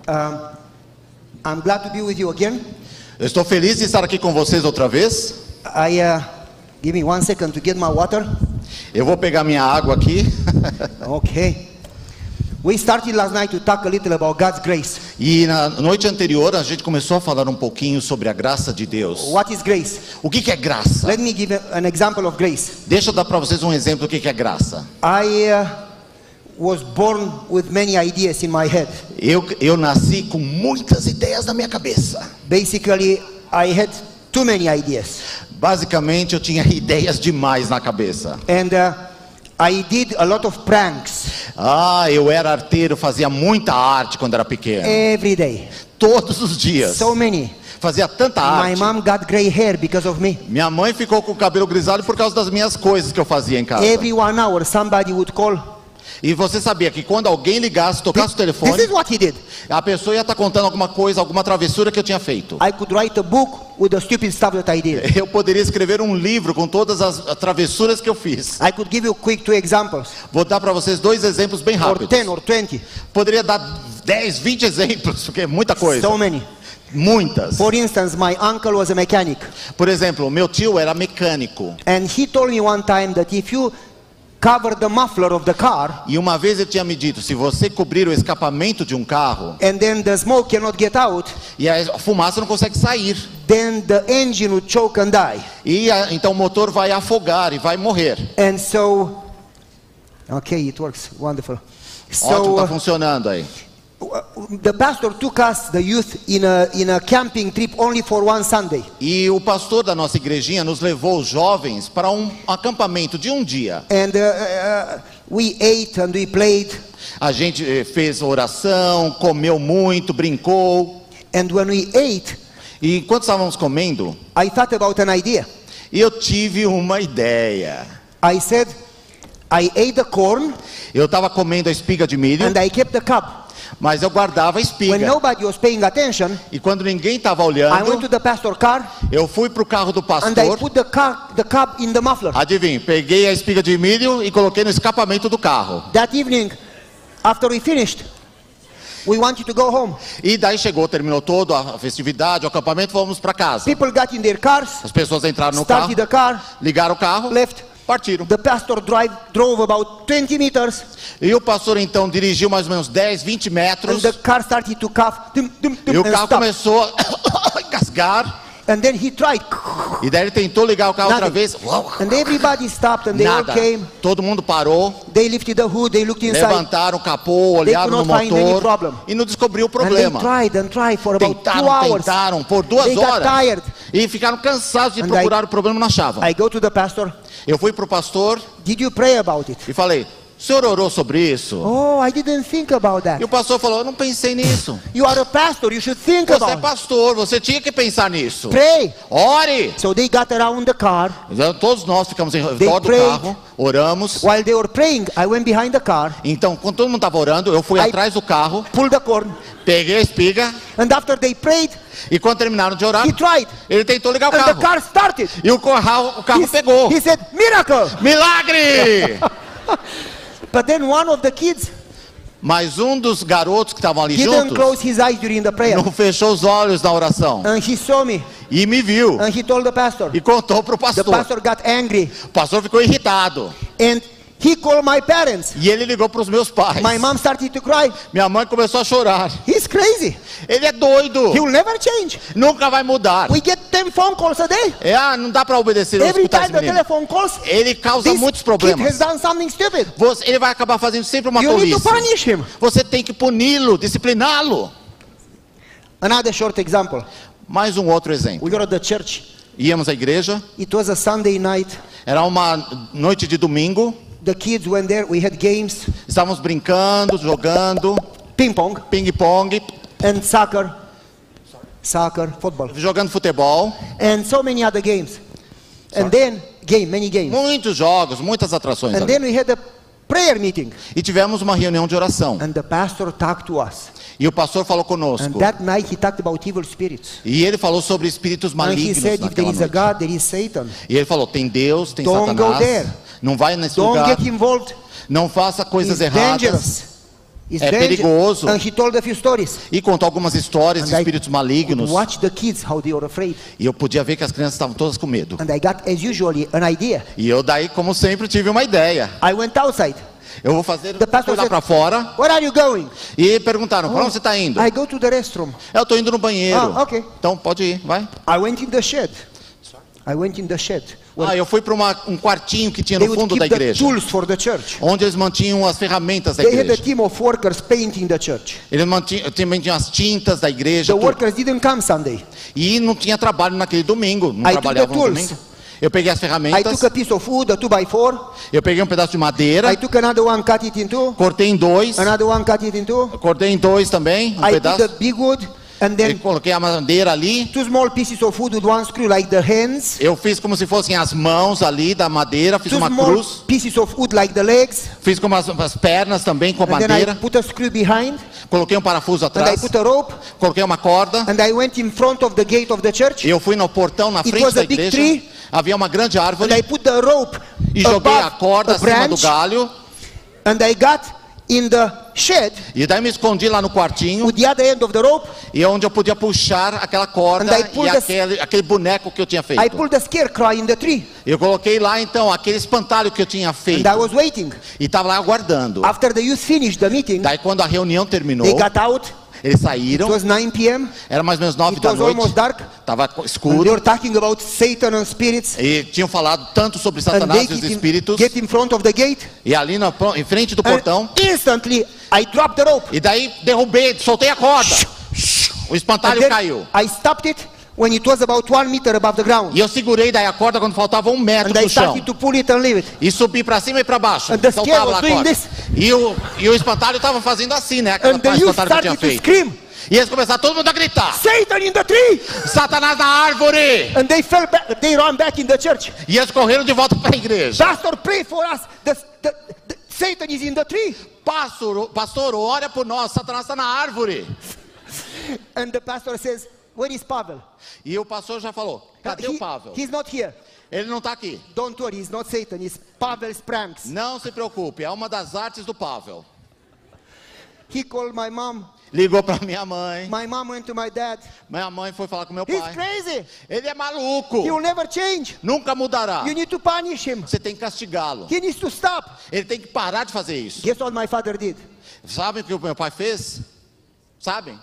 I'm glad to be with you again. Eu estou feliz de estar aqui com vocês outra vez. Give me 1 second to get my water. Eu vou pegar minha água aqui. Okay. We started last night to talk a little about God's grace. E na noite anterior a gente começou a falar um pouquinho sobre a graça de Deus. What is grace? O que é graça? Let me give an example of grace. Deixa eu dar para vocês um exemplo do que é graça. I was born with many ideas in my head. Eu nasci com muitas ideias na minha cabeça. Basically, I had too many ideas. Basicamente, eu tinha ideias demais na cabeça. And I did a lot of pranks. Eu era arteiro, fazia muita arte quando era pequeno. Every day. Todos os dias. So many. Fazia tanta arte. My mom got gray hair because of me. Minha mãe ficou com o cabelo grisalho por causa das minhas coisas que eu fazia em casa. Every 1 hour somebody would call. E você sabia que quando alguém ligasse, tocasse o telefone, This is what he did. a pessoa ia estar contando alguma coisa, alguma travessura que eu tinha feito. I could write a book with the stupid stuff that I did. Eu poderia escrever um livro com todas as travessuras que eu fiz. I could give you quick 2 examples. Vou dar para vocês 2 exemplos bem Or rápidos. 10 or 20. Poderia dar 10, 20 exemplos, porque é muita coisa. So many. Muitas. For instance, my uncle was a mechanic. Por exemplo, meu tio era mecânico. And he told me one time that if you cover the muffler of the car, E uma vez ele tinha me dito, se você cobrir o escapamento de um carro, and then the smoke cannot get out, e a fumaça não consegue sair, then the engine would choke and die. então o motor vai afogar e vai morrer. And so, okay, it works, wonderful. Ótimo, So tá funcionando aí. the pastor took us, the youth, in a camping trip only for one Sunday. E o pastor da nossa igrejinha nos levou os jovens para um acampamento de um dia. And we ate and we played. A gente fez oração, comeu muito, brincou. And when we ate, E enquanto estávamos comendo, I thought about an idea. eu tive uma ideia. I said, I ate the corn Eu estava comendo a espiga de milho, and I kept the cup. mas eu guardava a When espiga. nobody was paying attention, E quando ninguém estava I went olhando, to the pastor's car eu fui para o carro do and I pastor. put the cup in the muffler. Adivinha, peguei a espiga de milho e coloquei no escapamento do carro. That evening, after we finished, we wanted to go home. E daí terminou toda a festividade, o acampamento, fomos para casa. People got in their cars, As pessoas entraram no carro, started the car, ligaram o carro, left. partiram. The pastor drove about 20 meters, E o pastor então dirigiu mais ou menos 10, 20 and metros. the car started to cough, E o and carro stop. começou a engasgar. And then he tried, E daí ele tentou ligar o carro outra Nothing. vez. and everybody stopped, and they all Nada. came. Todo mundo parou, They lifted the hood, they looked inside, levantaram o capô, olharam no could not find any motor problem. e não descobriu o and they problema. tried and tried for about 2 hours. Tentaram por 2 They got horas. tired. E ficaram cansados de And procurar o problema e não achavam. I go to the pastor. Eu fui pro pastor Did you pray about it? e falei, o senhor orou sobre isso? Oh, I didn't think about that. E o pastor falou, eu não pensei nisso. You are a pastor, you should think Você é about it. pastor, você tinha que pensar nisso. Pray. Ore! So they got around the car. Então, todos nós ficamos em They redor do prayed. carro, oramos. While they were praying, I went behind the car, Então, quando todo mundo estava orando, eu fui I- atrás do carro, pulled the corn, peguei a espiga, and after they prayed, e quando terminaram de orar, he tried, ele tentou ligar o and the carro. car started. E o carro pegou. He said, miracle. Milagre! But then one of the kids Mas um dos garotos que estavam ali didn't juntos close his eyes during the prayer. não fechou os olhos na oração. And he saw me, E me viu. and he told the pastor. E contou pro The pastor. pastor got angry, O pastor ficou irritado. and he called my parents. E ele ligou pros meus pais. My mom started to cry. Minha mãe começou a chorar. He's crazy. Ele é doido. He will never change. Nunca vai mudar. We get 10 phone calls a day. Não dá pra obedecer ou Every escutar time esse the menino. telephone calls, Ele causa this muitos kid has problemas. done something stupid. Ele vai acabar fazendo sempre uma You need to tolice. punish him. Você tem que puni-lo, discipliná-lo. Another short example. Mais um outro exemplo. We go to the church. Íamos à igreja. It was a Sunday night. Era uma noite de domingo. The kids went there. We had games, Estávamos brincando, jogando, ping pong, ping-pong, and soccer, football, jogando futebol. and so many other games. And then many games. Muitos jogos, muitas atrações. And ali. then we had a prayer meeting. E tivemos uma reunião de oração. And the pastor talked to us. E o pastor falou And conosco. that night he talked about evil spirits. E ele falou sobre espíritos And he malignos said, if there naquela is a noite. God, there is Satan. E ele falou, tem Deus, tem Don't go Satanás. there. Não vai nesse Don't lugar. get involved. Não faça coisas It's erradas. dangerous. It's É perigoso. And he told a few stories. E contou algumas histórias de And I espíritos malignos. Watch the kids how they were afraid. E eu podia ver que as crianças estavam todas com medo. And I got, as usually, an idea. E eu daí, como sempre, tive uma ideia. I went outside. Eu vou fazer, The pastor fui lá said, para fora. Where are you going? E perguntaram, para onde você está indo? I go to the restroom. Eu estou indo no banheiro. Ah, ok. Então pode ir, vai. I went in the shed. I went in the shed. Well, Eu fui para um quartinho que tinha they no would fundo da keep the igreja, tools for the church. onde eles mantinham as ferramentas da They had a igreja. team of workers painting the church. Eles também tinham as tintas da igreja. The tudo. workers didn't come Sunday. E não tinha trabalho naquele domingo. Não I took trabalhava the no tools. domingo. Eu peguei as I ferramentas. took a piece of wood, a 2x4. Eu peguei um pedaço de madeira. I took another one, cut it in two. Cortei em dois. Another one, cut it in two. Cortei em dois também. Um I pedaço. took the big wood and Eu then coloquei a madeira ali. two small pieces of wood with one screw, like the hands. Eu fiz como se fossem as mãos ali da madeira. Fiz Two uma small cruz. pieces of wood, like the legs. Fiz como as pernas também com And then I madeira. put a screw behind. Coloquei um parafuso And I atrás. put a rope. Coloquei uma corda. And I went in front of the gate of the church. Eu fui no portão na It frente was da a big igreja. tree. Havia uma grande And árvore. I put the rope E joguei a above corda a acima do branch. galho. And I got in the shed E daí me escondi lá no quartinho. with the other end of the rope. E onde eu podia puxar aquela corda And I e pulled aquele boneco que eu tinha feito. I pulled the scarecrow in the tree. Eu coloquei lá então aquele espantalho que eu tinha feito. And I was waiting. E estava lá aguardando. After the youth finished the meeting, Daí quando a reunião terminou, they got out. eles It saíram. was 9 p.m. Era mais ou menos 9 It da was noite. almost dark. Estava And they escuro. were talking about Satan and spirits. E tinham falado tanto sobre And Satanás they e os espíritos. get in front of the gate. E ali em frente do And portão. instantly, I dropped the rope. E daí derrubei, soltei a corda. O And espantalho then caiu. I stopped it when it was about 1 meter above the ground. E eu segurei daí a corda quando faltava 1 metro And I do chão. started to pull it and leave it. E subi pra cima e pra baixo. And the scare Soltava was lá a doing corda. this. E o espantalho estava fazendo assim, né? Aquela And the youth espantalho que eu tinha started to feito. scream, E eles começaram todo mundo a gritar: Satan in the tree! Satanás na árvore! And they fell back, they ran back in the church. E eles correram de volta para a igreja. Pastor, pray for us. The Satan is in the tree. Pastor, ora por nós, Satanás está na árvore. And the pastor says, where is Pavel? E o pastor já falou: cadê o Pavel? He's not here. Ele não está aqui. Don't worry, it's not Satan, it's Pavel's pranks. Não se preocupe, é uma das artes do Pavel. He called my mom. Ligou para minha mãe. My mom went to my dad. Minha mãe foi falar com meu He's pai. crazy. Ele é maluco. He will never change. Nunca mudará. You need to punish him. Você tem que castigá-lo. He needs to stop. Ele tem que parar de fazer isso. Guess what my father did? Sabem o que o meu pai fez? Sabem?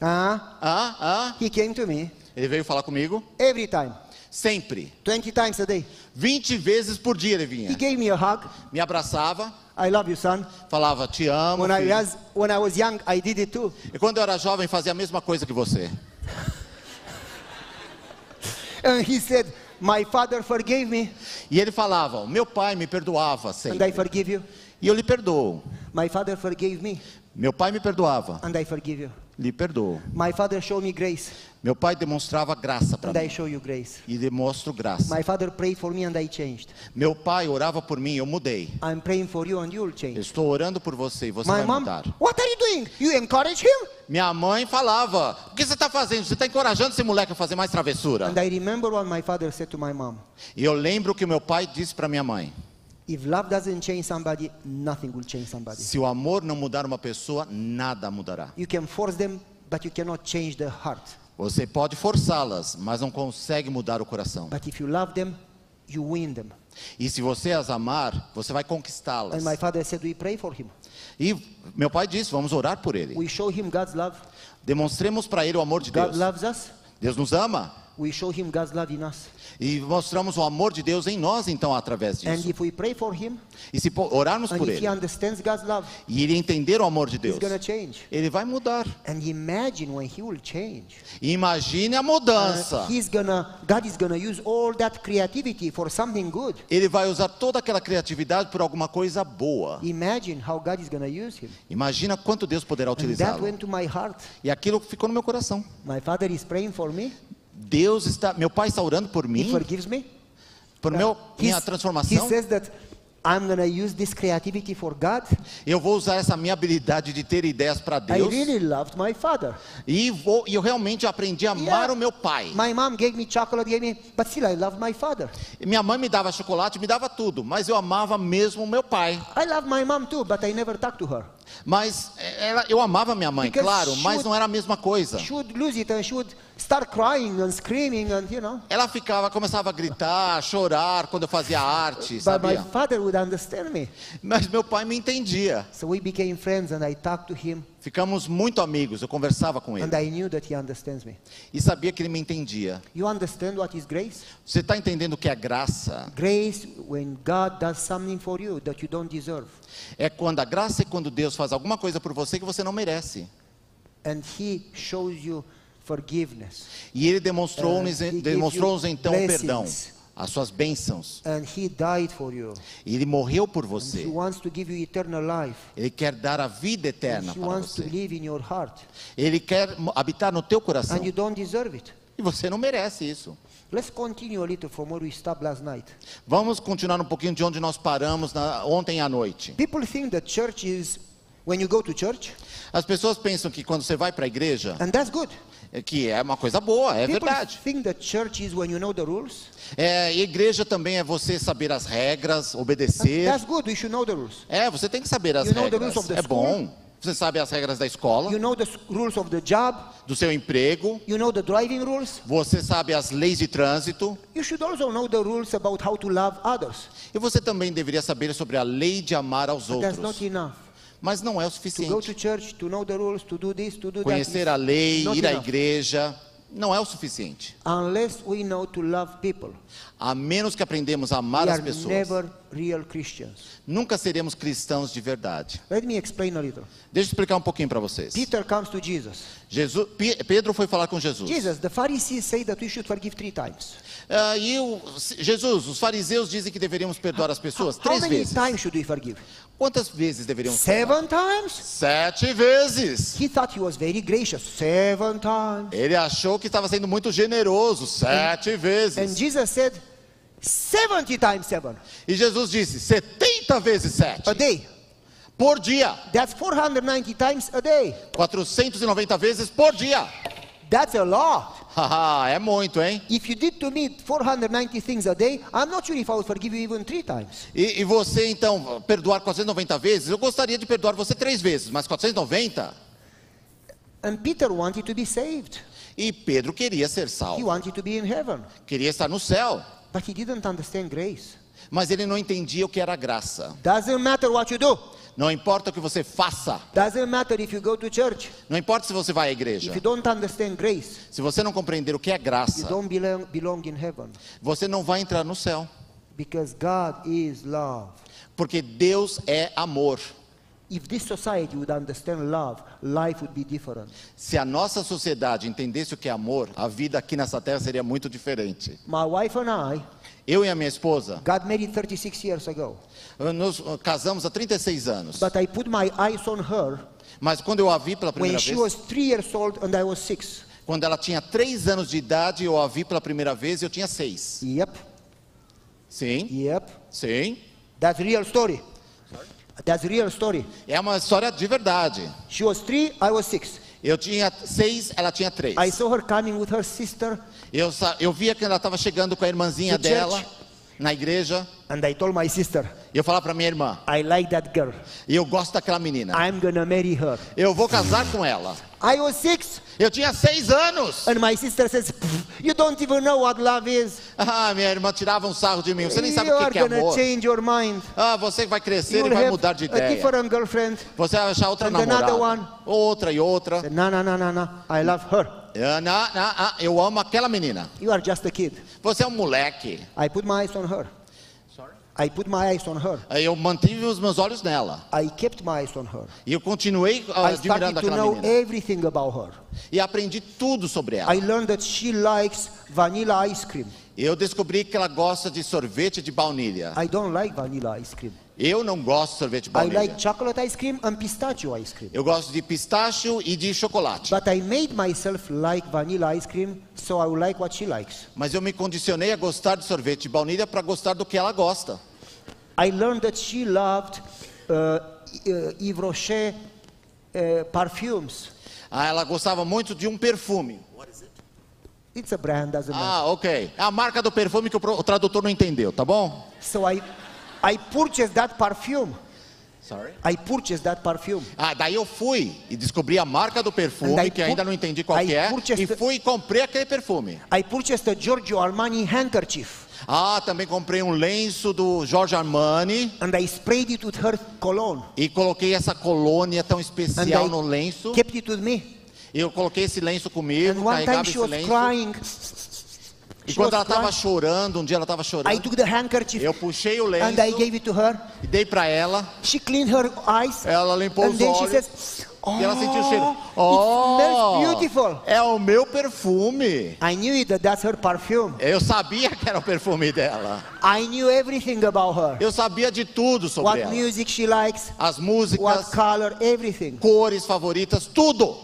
He came to me Ele veio falar comigo every time, sempre. 20 times a day. 20 vezes por dia ele He vinha. gave me a hug. Me abraçava, I love you, son. falava: te amo. Filho. When I was young, I did it too. E quando eu era jovem, fazia a mesma coisa que você. And he said, my father forgave me, E ele falava: o meu pai me perdoava and sempre. I forgive you. E eu lhe perdoo. My father forgave me, Meu pai me perdoava. and I forgive you. Lhe perdoo. My father showed me grace, Meu pai demonstrava graça para and I mim. show you grace. E demonstro graça. My father prayed for me, and I changed. Meu pai orava por mim e eu mudei. I'm praying for you, and you will Eu change. estou orando por você e você My vai mom, mudar. what are you doing? You encourage him? Minha mãe falava: o que você está fazendo? Você está encorajando esse moleque a fazer mais travessura. And I remember what my father said to my mom. E eu lembro que o meu pai disse para minha mãe: If love doesn't change somebody, nothing will change somebody. se o amor não mudar uma pessoa, nada mudará. You can force them, but you cannot change the heart. Você pode forçá-las, mas não consegue mudar o coração. But if you love them, you win them. E se você as amar, você vai conquistá-las. And my father said, we pray for him. E meu pai disse: vamos orar por ele. We show him God's love. Demonstremos para ele o amor de God Deus. loves us. Deus nos ama. We show him God's love in us. E mostramos o amor de Deus em nós, então, através And disso. if we pray for him, E se orarmos and por if he ele, understands God's love, e ele entender o amor de he's Deus, going to change. ele vai mudar. And imagine when he will change. E imagine a mudança. God is gonna use all that creativity for something good. Ele vai usar toda aquela criatividade por alguma coisa boa. Imagine how God is gonna use him. Imagina quanto Deus poderá And that utilizá-lo. went to my heart. E aquilo ficou no meu coração. My father is praying for me. Meu pai está orando por He mim, forgives me. por minha He transformação. says that I'm gonna use this creativity for God. Eu vou usar essa minha habilidade de ter ideias para I Deus. really loved my father. E eu realmente aprendi a amar Yeah. o meu pai. My mom gave me chocolate, but still I loved my father. Minha mãe me dava chocolate, me dava tudo, mas eu amava mesmo o meu pai. I love my mom too, but I never talked to her. Mas eu amava minha mãe, Because claro, she mas would- não era a mesma coisa. She would lose it and she would start crying and screaming and Ela começava a gritar, a chorar quando eu fazia arte, But my sabia? father would understand me. Mas meu pai me entendia. So we became friends and I talked to him Ficamos muito amigos, eu conversava com ele. and I knew that he understands me. E sabia que ele me entendia. You understand what is grace? Você está entendendo o que é graça? Grace when God does something for you that you don't deserve. É quando a graça é quando Deus faz alguma coisa por você que você não merece. And he shows you forgiveness. E ele demonstrou-nos He gave demonstrou you então o perdão, blessings. as suas bênçãos. And he died for you. E ele morreu por He você. wants to give you eternal life. Ele quer dar a vida eterna He para wants to você. live in your heart. Ele quer habitar no teu coração. And you don't deserve it. E você não merece isso. Let's continue a little from where we stopped last night. Vamos continuar um pouquinho de onde nós paramos ontem à noite. People think that church is when you go to church, As pessoas pensam que quando você vai para a igreja, and that's good. que é uma coisa boa, é People verdade. think that church is when you know the rules. E igreja também é você saber as regras, obedecer. That's good. You should know the rules. Você tem que saber as You know the regras. rules of the É bom. Você sabe as regras da escola, You know the rules of the job. do seu emprego. You know the driving rules. Você sabe as leis de trânsito. You should also know the rules about how to love others. E você também deveria saber sobre a lei de amar aos But that's outros. not enough. Mas não é o To go suficiente. to church, to know the rules, to do this, to do that. Conhecer a lei, not ir à enough. igreja, não é o suficiente. Unless we know to love people, A menos que aprendemos a amar we as are pessoas, never real Christians. nunca seremos cristãos de verdade. Let me explain a little. Deixa eu explicar um pouquinho para vocês. Peter comes to Jesus. Pedro foi falar com Jesus. Jesus, the Pharisees say that we should forgive 3 times. Jesus, os fariseus dizem que deveríamos perdoar as pessoas How 3 many vezes. times should we forgive? Quantas vezes deveríamos perdoar? 7 times? 7 vezes. He thought he was very gracious. 7 times. Ele achou que estava sendo muito generoso. 7 And vezes. Jesus said, 70 times 7 E Jesus disse 70 vezes 7 a day. por dia. That's 490 times a day. 490 vezes por dia. That's a lot. Haha, é muito, hein? If you did to me 490 things a day, I'm not sure if I would forgive you even 3 times. E você então perdoar 490 vezes? Eu gostaria de perdoar você 3 vezes, mas 490? And Peter wanted to be saved. E Pedro queria ser He salvo. wanted to be in heaven. Queria estar no céu. But he didn't understand grace. Mas ele não entendia o que era graça. Doesn't matter what you do. Não importa o que você faça. Doesn't matter if you go to church. Não importa se você vai à igreja. If you don't understand grace, Se você não compreender o que é you graça, don't belong in heaven. você não vai entrar no céu. Because God is love. Porque Deus é amor. If this society would understand love, life would be different. Se a nossa sociedade entendesse o que é amor, a vida aqui nessa terra seria muito diferente. My wife and I Eu e a minha esposa, got married 36 years ago. nos casamos há 36 anos. But I put my eyes on her Mas quando eu a vi pela when primeira she vez, was 3 years old and I was 6. quando ela tinha 3 anos de idade, eu a vi pela primeira vez e eu tinha 6. Yep, Sim, yep. sim. That's real story. That's real story. É uma história de verdade. She was 3, I was 6. Eu tinha 6, ela tinha 3. I saw her coming with her sister Eu via que ela estava chegando com a irmãzinha To dela church. na igreja. and I told my sister, E eu falava para minha irmã, I like that girl. e eu gosto daquela menina. I'm gonna marry her. Eu vou casar com ela. I was 6 Eu tinha 6 anos. and my sister says, you don't even know what love is. Minha irmã tirava um sarro de mim. Você nem sabe You o are que é gonna amor. change your mind. Você vai crescer You e will vai have mudar de a ideia. different girlfriend. Você vai achar outra And another one. namorada. Outra e outra. Said, no, I love her. Eu amo aquela menina. You are just a kid. Você é um moleque. I put my eyes on her. I put my eyes on her. Aí eu mantive os meus olhos nela. I kept my eyes on her. E eu continuei I started admirando to aquela know menina. everything about her. E aprendi tudo sobre ela. I learned that she likes vanilla ice cream. Eu descobri que ela gosta de sorvete de baunilha. I don't like vanilla ice cream. Eu não gosto de sorvete de I baunilha. like chocolate ice cream and pistachio ice cream. Eu gosto de pistacho e de chocolate. But I made myself like vanilla ice cream, so I will like what she likes. Mas eu me condicionei a gostar de sorvete de baunilha para gostar do que ela gosta. I learned that she loved Yves Rocher perfumes. Ela gostava muito de um perfume. It's a brand, doesn't matter. Ok. É a marca do perfume que o tradutor não entendeu, tá bom? So I purchased that perfume. Sorry? I purchased that perfume. Daí eu fui e descobri a marca do And perfume, I que ainda não entendi qual I que é, purchased e fui e comprei aquele perfume. I purchased a Giorgio Armani handkerchief. Também comprei um lenço do Giorgio Armani And I sprayed it with her cologne. e coloquei essa colônia tão And especial I no lenço. kept it with me. Eu coloquei esse lenço And comigo, one time carregava she esse was lenço. crying. E She quando was ela estava crying. chorando, um dia ela estava I chorando, took the handkerchief eu puxei o and lenço I gave it to her. e dei para ela. She cleaned her eyes. Ela limpou And os then she olhos says, e ela sentiu o cheiro. it smells beautiful. É o meu perfume. I knew it, that's her perfume. Eu sabia que era o perfume dela. I knew everything about her. Eu sabia de tudo sobre What ela. music she likes, As what músicas, color, everything. cores favoritas, tudo.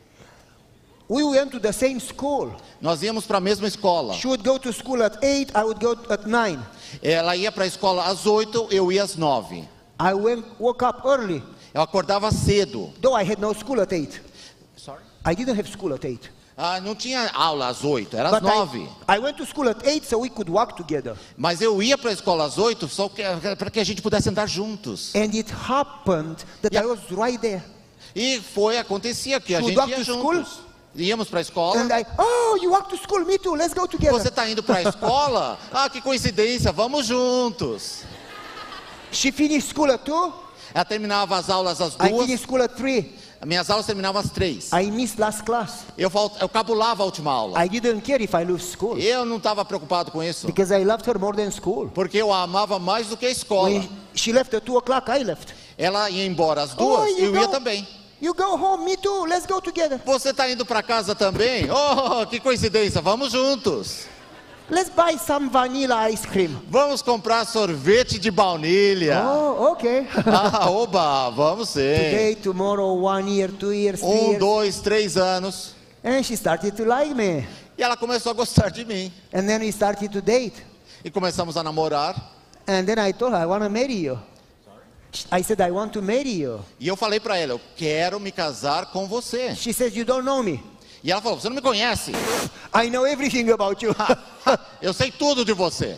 We went to the same school. Nós íamos para a mesma escola. She would go to school at 8, I would go at 9. Ela ia para a escola às 8, eu ia às 9. I woke up early, Eu acordava cedo. though I had no school at 8. Sorry? I didn't have school at 8. Não tinha aula às 8, era às But 9. I went to school at 8 so we could walk together. Mas eu ia para a escola às 8 só para que a gente pudesse andar juntos. And it happened that Yeah. I was right there. E acontecia que a Should gente walk ia to school? juntos. Íamos para a escola. And you walk to school, me too, let's go Você together. está indo para a escola? Que coincidência, vamos juntos. She finished school at 2, Ela terminava as aulas às I 2. finished school at 3. Minhas aulas terminavam às 3. I missed last class. Eu cabulava a última aula. I didn't care if I lose school Eu não estava preocupado com isso. because I loved her more than school. Porque eu a amava mais do que a escola. When she left at 2 o'clock, I left. Ela ia embora às 2, eu ia também. You go home, me too, let's go together. Você está indo para casa também? Oh, que coincidência, vamos juntos. Let's buy some vanilla ice cream. Vamos comprar sorvete de baunilha. Oh, okay. Oba, vamos sim. Today, tomorrow, 1 year, 2 years, 3 years. 2, 3 anos. And she started to like me. E ela começou a gostar de mim. And then we started to date. E começamos a namorar. And then I told her, I want to marry you. I said, I want to marry you. E eu falei para ela, eu quero me casar com você. She says, you don't know me. E ela falou, você não me conhece. I know everything about you. Eu sei tudo de você.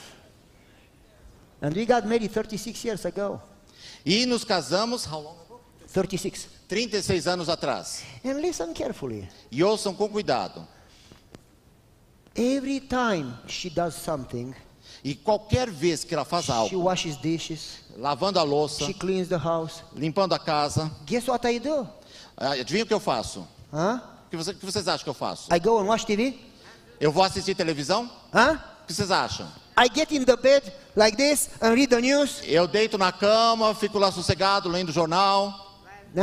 And we got married 36 years ago. E nos casamos, how long ago? 36. 36 anos atrás. And listen carefully. E ouçam com cuidado. Every time she does something, E qualquer vez que ela faz she algo, washes dishes, lavando a louça, she cleans the house. limpando a casa, Guess what I do? adivinha o que eu faço? Huh? O que vocês acham que eu faço? I go and watch TV. Eu vou assistir televisão? Huh? O que vocês acham? I get in the bed like this and read the news. Eu deito na cama, fico lá sossegado, lendo o jornal.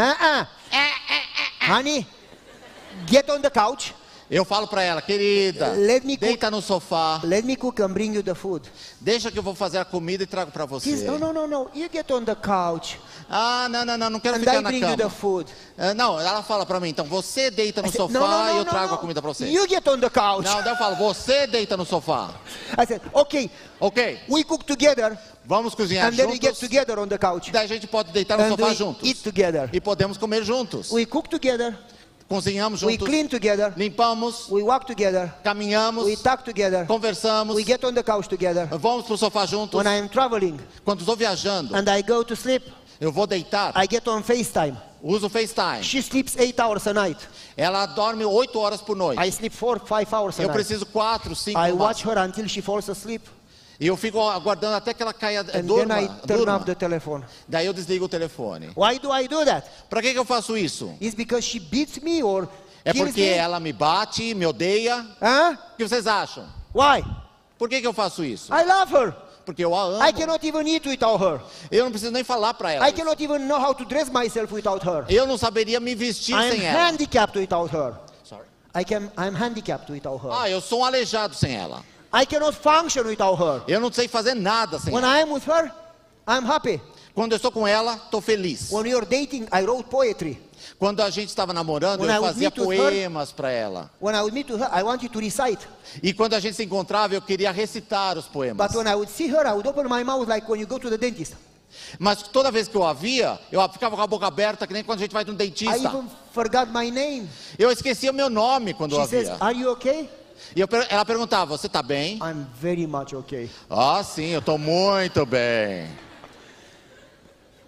Honey, get on the couch. Eu falo para ela, querida, Let me deita no sofá, Let me cook and bring you the food. deixa que eu vou fazer a comida e trago para você. She's, no. You get on the couch Não quero and ficar I na bring you the cama. food. Não, ela fala para mim, então você deita no I said, sofá e eu trago a comida para você. You get on the couch. Não, daí eu falo, você deita no sofá. I said, okay, Ok, we cook together vamos cozinhar and then we get juntos. together on the couch. Daí a gente pode deitar no And sofá we juntos. eat together. E podemos comer juntos. We cook together, Cozinhamos we juntos, clean together, limpamos, we walk together, caminhamos, we talk together, conversamos, we get on the couch together. vamos pro sofá juntos. When I'm traveling Quando estou viajando, and I go to sleep, eu vou deitar, I get on FaceTime. uso o FaceTime. She sleeps 8 hours a night. Ela dorme 8 horas por noite. I sleep 4, 5 hours a Eu night. preciso 4, 5 I no watch máximo. her until she falls asleep, E eu fico aguardando até que ela caia, and then durma, I turn durma. off the telephone. Daí eu desligo o telefone. Why do I do that? Para que eu faço isso? It's because she beats me or É kills porque me? ela me bate, me odeia. Huh? O que vocês acham? Why? Por que eu faço isso? I love her. Porque eu a amo. I cannot even eat without her. Eu não preciso nem falar para ela. I isso. cannot even know how to dress myself without her. Eu não saberia me vestir I'm sem ela. handicapped without her. Sorry. I'm handicapped without her. Eu sou um aleijado sem ela. I cannot function without her. Eu não sei fazer nada sem When ela. I am with her, I'm happy. Quando eu estou com ela, estou feliz. When we were dating, I wrote poetry. Quando a gente estava namorando, When I eu would fazia meet with poemas para ela. When I would meet with her, I wanted to recite. E quando a gente se encontrava, eu queria recitar os poemas. But when I would see her, I would open my mouth like when you go to the dentist. Mas toda vez que eu a via, eu ficava com a boca aberta, que nem quando a gente vai no I dentista. even forgot my name. Eu esquecia o meu nome quando eu She a says, via. are you okay? E ela perguntava, você está bem? I'm very much okay. Sim, eu estou muito bem.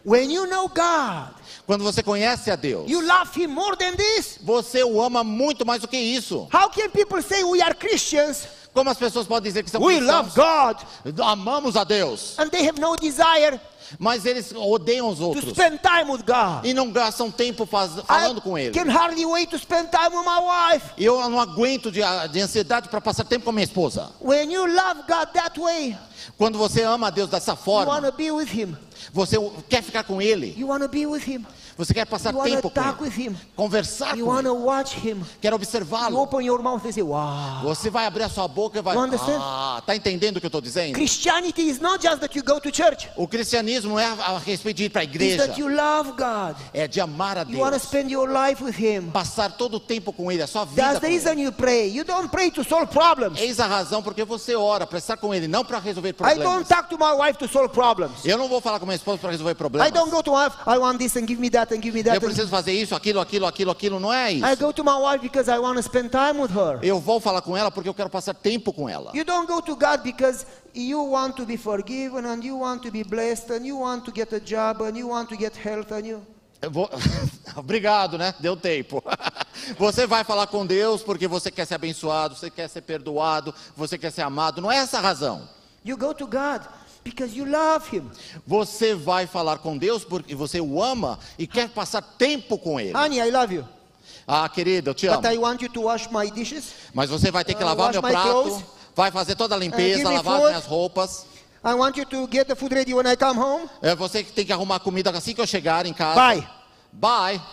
When you know God, Quando você conhece a Deus, you love Him more than this. você o ama muito mais do que isso. How can people say we are Christians? Como as pessoas podem dizer que são We love cristãos? God, Amamos a Deus, and they have no desire mas eles odeiam os to outros spend time with God. e não gastam tempo falando com Ele. Can hardly wait to spend time with my wife. Eu não aguento de ansiedade para passar tempo com a minha esposa. When you love God that way, Quando você ama a Deus dessa you want forma, to be with Him. você quer ficar com Ele, You want to be with Him. você quer passar You want to tempo com talk Ele, with Him. conversar You com want Ele, to watch Him. quer You observá-lo. open your mouth and say, wow. Você vai abrir a sua boca e vai, You understand? tá entendendo o que eu estou dizendo? Christianity is not just that you go to church. O cristianismo não é a respeito de ir para a It's igreja, that you love God. é de amar a You want to Deus, spend your life with Him. passar todo o tempo com Ele, a sua vida That's com the reason Ele. you pray. You don't pray to solve problems. Eis a razão porque você ora para estar com Ele, não para resolver I problemas. don't talk to my wife to solve problems. Eu não vou falar com minha esposa para resolver I problemas. don't go to my wife, I want this and give me that and give me that. Eu preciso fazer isso, aquilo, não é I isso. go to my wife because I want to spend time with her. Eu vou falar com ela porque eu quero passar tempo com ela. You don't go to God because you want to be forgiven and you want to be blessed and you want to get a job and you want to get health and you. Eu vou... Obrigado, né? Deu tempo. Você vai falar com Deus porque você quer ser abençoado, você quer ser perdoado, você quer ser amado. Não é essa a razão. You go to God because you love Him. Você vai falar com Deus porque você o ama e quer passar tempo com Ele. Honey, I love you. Ah, querida, eu te amo. But I want you to wash my dishes. Mas você vai ter que lavar wash meu my prato, clothes. vai fazer toda a Give limpeza, me lavar as food. minhas roupas. I want you to get the food ready when I come home. É você que tem que arrumar comida assim que eu chegar em casa. Bye. Bye.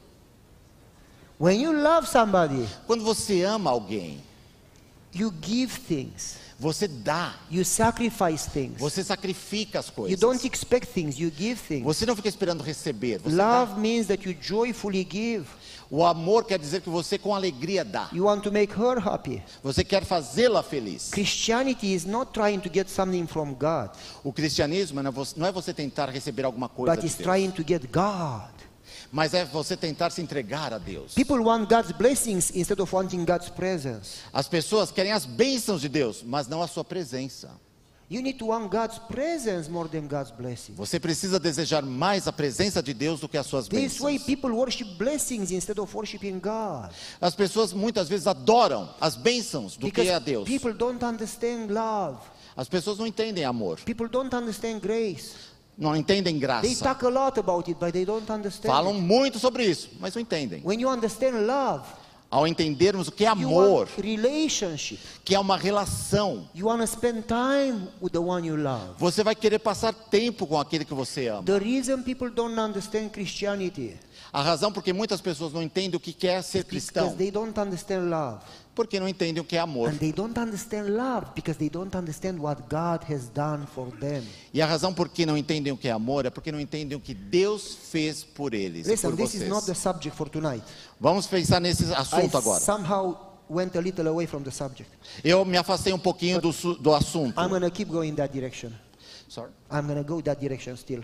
When you love somebody, Quando você ama alguém, you give things. você dá, You sacrifice things. você sacrifica as You coisas. don't expect things, you give things. Você não fica esperando receber. Você dá. Love means that you joyfully give. O amor quer dizer que você com alegria dá. You want to make her happy. Você quer fazê-la feliz. Christianity is not trying to get something from God, O cristianismo não é você tentar receber alguma coisa but de it's Deus, trying to get God. mas é você tentar se entregar a Deus. People want God's blessings instead of wanting God's presence. As pessoas querem as bênçãos de Deus, mas não a sua presença. You need to want God's presence more than God's blessing. Você precisa desejar mais a presença de Deus do que as suas This way bênçãos. people worship blessings instead of worshiping God. As pessoas muitas vezes adoram as bênçãos do que a Because Deus. people don't understand love. As pessoas não entendem amor, People don't understand grace. não entendem They graça. talk a lot about it, but they don't understand Falam it. muito sobre isso, mas não entendem. When you understand love, Ao entendermos o que é you amor, want relationship. que é uma relação, You want to spend time with the one you love. você vai querer passar tempo com aquele que você ama. The reason people don't understand Christianity A razão porque muitas pessoas não entendem o que é ser is because cristão, they don't understand love. porque não entendem o que é amor. And they don't understand love because they don't understand what God has done for them. E a razão por que não entendem o que é amor é porque não entendem o que Deus fez por eles e Listen, por this is not the vocês. subject for tonight. Vamos pensar nesse I assunto agora. somehow went a little away from the subject. Eu me afastei um pouquinho do assunto. I'm going to keep going that direction. Sorry. I'm going to go that direction still.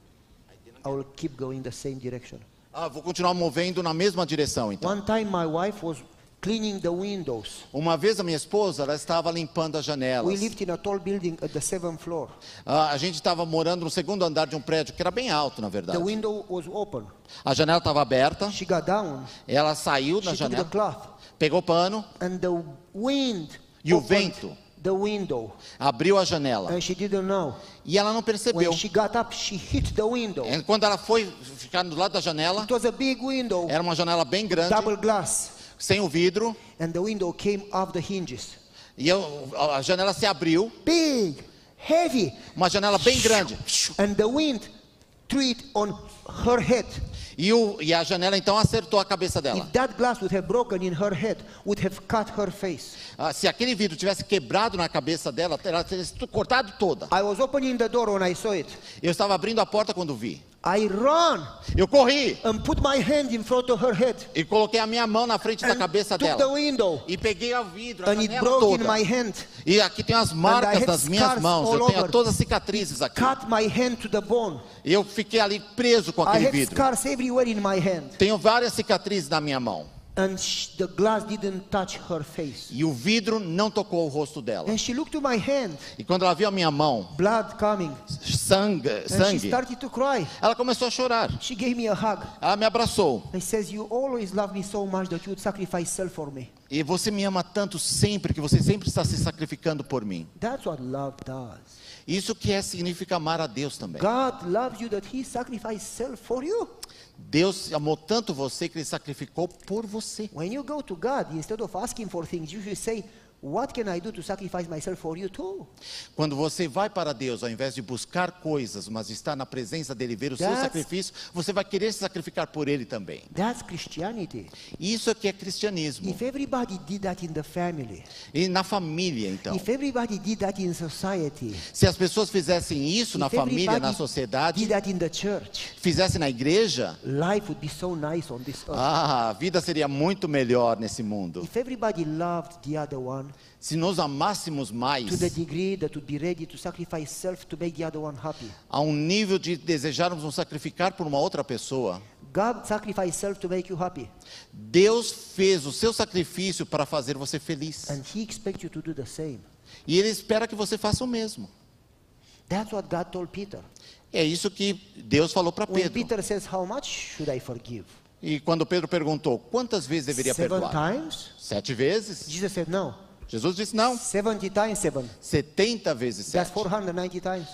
I will keep going the same direction. Vou continuar movendo na mesma direção, então. One time my wife was cleaning the windows. Uma vez a minha esposa, ela estava limpando as We janelas. lived in a tall building at the 7th floor. A gente estava morando no segundo andar de um prédio que era bem alto, na verdade. The window was open. A janela estava aberta, She got down. ela saiu da She took the janela, cloth. pegou o pano And the wind e o opened vento the window. abriu a janela. And she didn't know. E ela não percebeu. When she got up, she hit the window. E quando ela foi ficar do lado da janela, It was a big window, era uma janela bem grande, double glass. sem o vidro, And the window came off the hinges. e a janela se abriu, Big, heavy. uma janela bem grande. And the wind threw it on her head. E a janela então acertou a cabeça dela. If that glass would have broken in her head, would have cut her face. Se aquele vidro tivesse quebrado na cabeça dela, ela teria sido cortado toda. I was opening the door when I saw it. Eu estava abrindo a porta quando vi. I ran Eu corri and put my hand in front of her head. e coloquei a minha mão na frente da And cabeça took the dela. window. E peguei o vidro, a And it janela broke in toda. my hand. E aqui tem as And I marcas had das minhas scars mãos. all Eu tenho over. todas as cicatrizes aqui. Cut my hand to the bone. E eu fiquei ali preso com I aquele had vidro. scars everywhere in my hand. Tenho várias cicatrizes na minha mão. And the glass didn't touch her face. E o vidro não tocou o rosto dela. And she looked to my hand, E quando ela viu a minha mão, blood coming. sangue, And she sangue, started to cry. ela começou a chorar. She gave me a hug. Ela me abraçou. And says, you always love me so much that you would sacrifice self for me. E você me ama tanto sempre, que você sempre está se sacrificando por mim. That's what love does. Isso que significa amar a Deus também. God loves you that He sacrificed self for you. Deus amou tanto você que Ele sacrificou por você. When you go to God, instead of asking for things, you should say, what can I do to sacrifice myself for you too? Quando você vai para Deus, ao invés de buscar coisas, mas estar na presença dEle, ver o seu That's- sacrifício, você vai querer se sacrificar por Ele também. That's Christianity. Isso aqui é cristianismo. If everybody did that in the family, E na família, então. if everybody did that in society, Se as pessoas fizessem isso na if família, na everybody sociedade, did that in the church, fizessem na igreja, life would be so nice on this earth. a vida seria muito melhor nesse mundo. If everybody loved the other one Se nos amássemos mais, to the degree that would be ready to sacrifice self to make the other one happy. a um nível de desejarmos nos sacrificar por uma outra pessoa, God sacrificed self to make you happy. Deus fez o seu sacrifício para fazer você feliz. And He expects you to do the same. E Ele espera que você faça o mesmo. That's what God told Peter. É isso que Deus falou para When Pedro. Peter says, how much should I forgive? E quando Pedro perguntou, quantas vezes deveria 7 perdoar? times? 7 vezes? Jesus said, no. Jesus disse não. 70 times 7. 70 vezes That's 7. 490 times.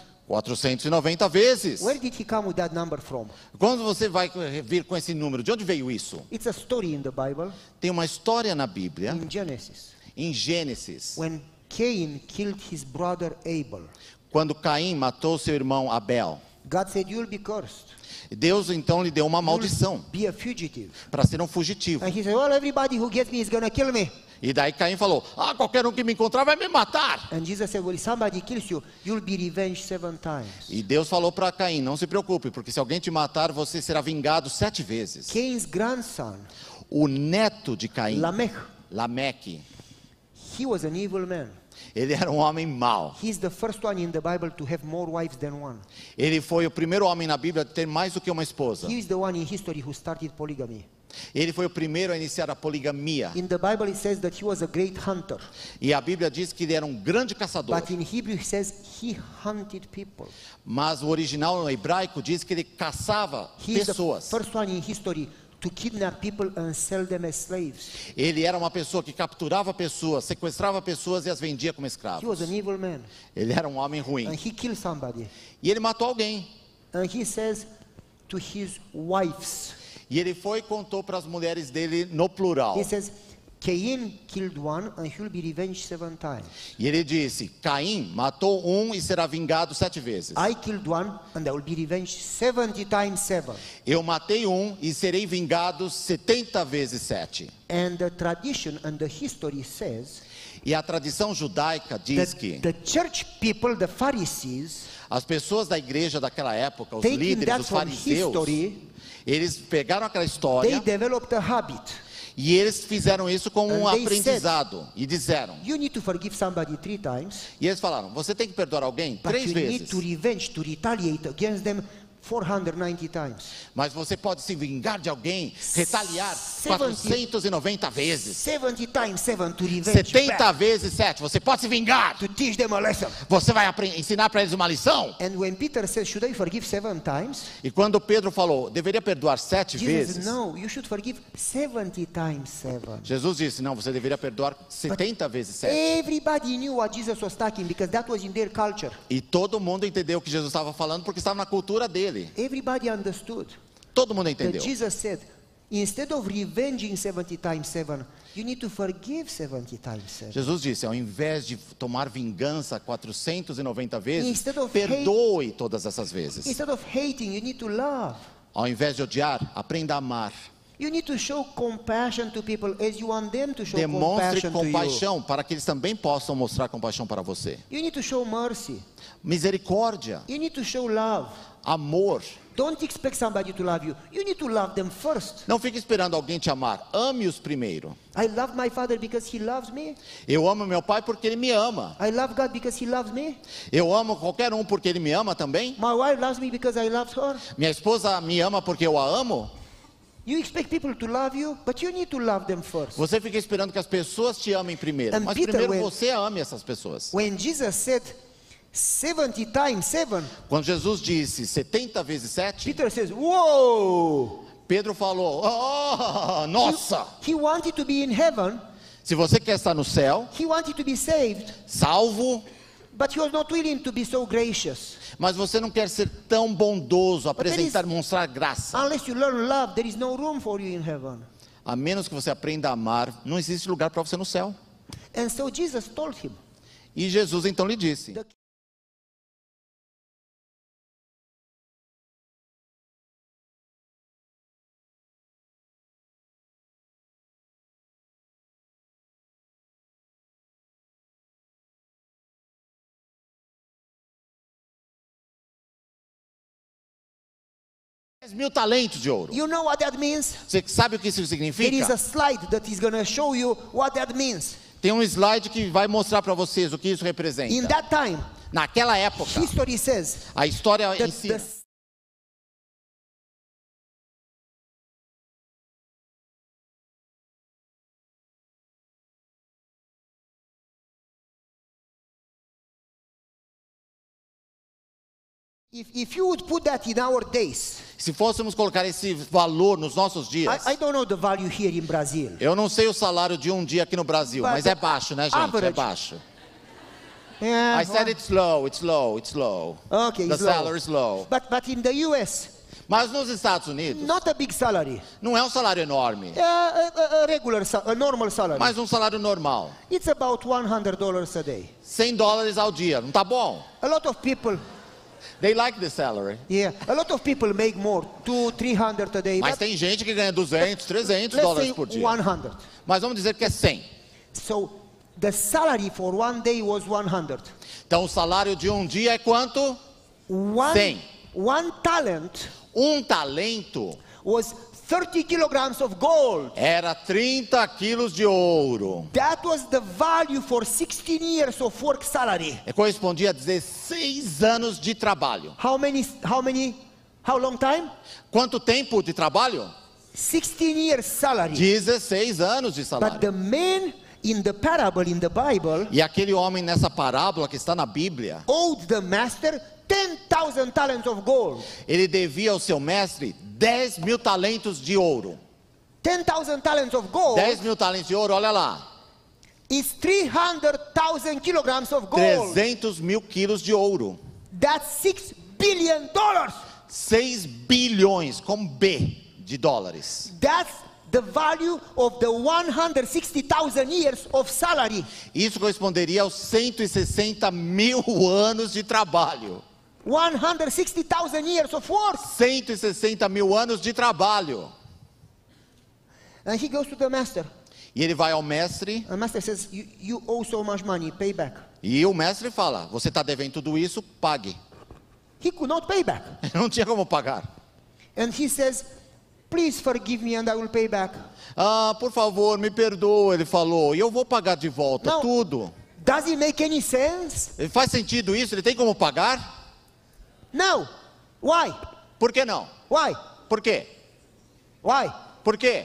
490 vezes. Where did He come with that number from? Quando você vai vir com esse número, de onde veio isso? It's a story in the Bible, Tem uma história na Bíblia, in Genesis, em Gênesis, when Cain killed his brother Abel. quando Caim matou seu irmão Abel. God said, you'll be cursed. Deus então lhe deu uma maldição Be a fugitive. para ser um fugitivo. And he said, well, everybody who gets me is going to kill me. E daí Caim falou, qualquer um que me encontrar vai me matar. And Jesus said, well, if somebody kills you, you'll be revenged 7 times. E Deus falou para Caim, não se preocupe, porque se alguém te matar, você será vingado 7 vezes. Cain's grandson, O neto de Caim, Lamech, Lameque, he was an evil man. ele era um homem mau. He's the first one in the Bible to have more wives than one. Ele foi o primeiro homem na Bíblia a ter mais do que uma esposa. He is the one in history who started polygamy. Ele foi o primeiro a iniciar a poligamia. In the Bible it says that he was a great hunter. E a Bíblia diz que ele era um grande caçador. But in Hebrew it says he hunted people. Mas o original no hebraico diz que ele caçava He is the pessoas. first one in history to kidnap people and sell them as slaves. Ele era uma pessoa que capturava pessoas, sequestrava pessoas e as vendia como He was escravos. an evil man. Ele era um homem ruim. And he killed somebody. E ele matou alguém. And he says to his wives, E ele foi e contou para as mulheres dele no plural. he says, Cain killed one and he'll be revenged 7 times. E ele disse, Caim matou um e será vingado 7 vezes. I killed one and I will be revenged 70 times 7. Eu matei um e serei vingado 70 vezes 7. And the tradition and the history says E a tradição judaica diz that que the church people, the Pharisees, as pessoas da igreja daquela época, os taking líderes, that os from fariseus, history, eles pegaram aquela they história developed a habit. e eles fizeram isso como um And they aprendizado. E disseram, You need to forgive somebody 3 times, e eles falaram, você tem que perdoar alguém but 3 you need vezes. to revenge, to retaliate against them 490 times. Mas você pode se vingar de alguém, retaliar 70 490 vezes. 70 times 7 to revenge 70 back, vezes 7, você pode se vingar. to teach them a lesson. Você vai ensinar para eles uma lição. And when Peter says, should I forgive 7 times? E quando Pedro falou, deveria perdoar 7 Jesus vezes. said, no, you should forgive 70 times 7. Jesus disse, não, você deveria perdoar 70 vezes 7. Everybody knew what Jesus was talking because that was in their culture. E todo mundo entendeu o que Jesus estava falando porque estava na cultura dele. Everybody understood Todo mundo that entendeu. Jesus said, instead of revenging 70 times 7, you need to forgive 70 times 7. Jesus disse, ao invés de tomar vingança 490 vezes, Instead of perdoe todas essas vezes. Instead of hating, you need to love. Ao invés de odiar, aprenda a amar. You need to show compassion to people as you want them to show Demonstre compassion to you. compaixão para que eles também possam mostrar compaixão para você. You need to show mercy. Misericórdia, You need to show love. amor. Don't expect somebody to love you. You need to love them first. Não fique esperando alguém te amar. Ame-os primeiro. I love my father because he loves me. Eu amo meu pai porque ele me ama. I love God because he loves me. Eu amo qualquer um porque ele me ama também. My wife loves me because I love her. Minha esposa me ama porque eu a amo. You expect people to love you, but you need to love them first. Você fica esperando que as pessoas te amem primeiro, And mas Peter, primeiro você ame essas pessoas. When Jesus said 70 times 7, Quando Jesus disse 70 vezes 7, Peter says, whoa! Pedro falou, oh, nossa! He wanted to be in heaven, Se você quer estar no céu, he wanted to be saved, salvo, but he was not willing to be so gracious. mas você não quer ser tão bondoso, there apresentar, is- mostrar graça. Unless you learn love, there is no room for you in heaven. A menos que você aprenda a amar, não existe lugar para você no céu. And so Jesus told him, E Jesus então lhe disse, The- $10.000 talentos de ouro. you know what that means? Você sabe o que isso There is significa? a slide that is going to show you what that means. Tem um slide que vai mostrar para vocês o que isso In representa. that time, Naquela época, history says a história that ensina. the If you would put that in our days, Se fôssemos colocar esse valor nos nossos dias, I don't know the value here in Brazil. eu não sei o salário de um dia aqui no Brasil, But mas é baixo, né, gente? É average. baixo. Yeah, I said it's low, it's low, it's low. Okay, The it's low. salary is low. But in the US, Mas nos Estados Unidos, not a big salary, não é um salário enorme, a regular, a normal salary. mas um salário normal. It's about $100 a day. $100 ao dia, não tá bom? A lot of people, They like the salary. yeah, a lot of people make more, 200-300 a day. Mas But tem gente que ganha 200, 300 let's dólares say por dia. 100. Mas vamos dizer que é 100. So the salary for one day was 100. Então o salário de um dia é quanto? One, 100. one talent Um talento was 30 kilograms of gold. era 30 quilos de ouro. That was the value for 16 years of work salary. Correspondia a 16 anos de trabalho. How long time? Quanto tempo de trabalho? 16 years salary. 16 anos de But salário. the man in the parable in the Bible E aquele homem nessa parábola que está na Bíblia, owed the master 10,000 talents of gold. ele devia ao seu mestre 10.000 talentos de ouro. 10,000 talents of gold 10.000 talentos de ouro, olha lá. is 300,000 kilograms of gold. 300.000 quilos de ouro. That's $6 billion. 6 bilhões, com B, de dólares. That's the value of the 160,000 years of salary. Isso corresponderia aos 160.000 anos de trabalho. 160,000 years of work. 160.000 anos de trabalho. And he goes to the master. E ele vai ao mestre, And the master says, you owe so much money, pay back. e o mestre fala, você está devendo tudo isso, pague. He could not pay back. Não tinha como pagar. And he says, please forgive me and I will pay back. Ah, por favor, me perdoa, ele falou, e eu vou pagar de volta Não. tudo. Does it make any sense? Faz sentido isso? Ele tem como pagar? No. Why? Por que não? Why? Por quê? Why? Por quê?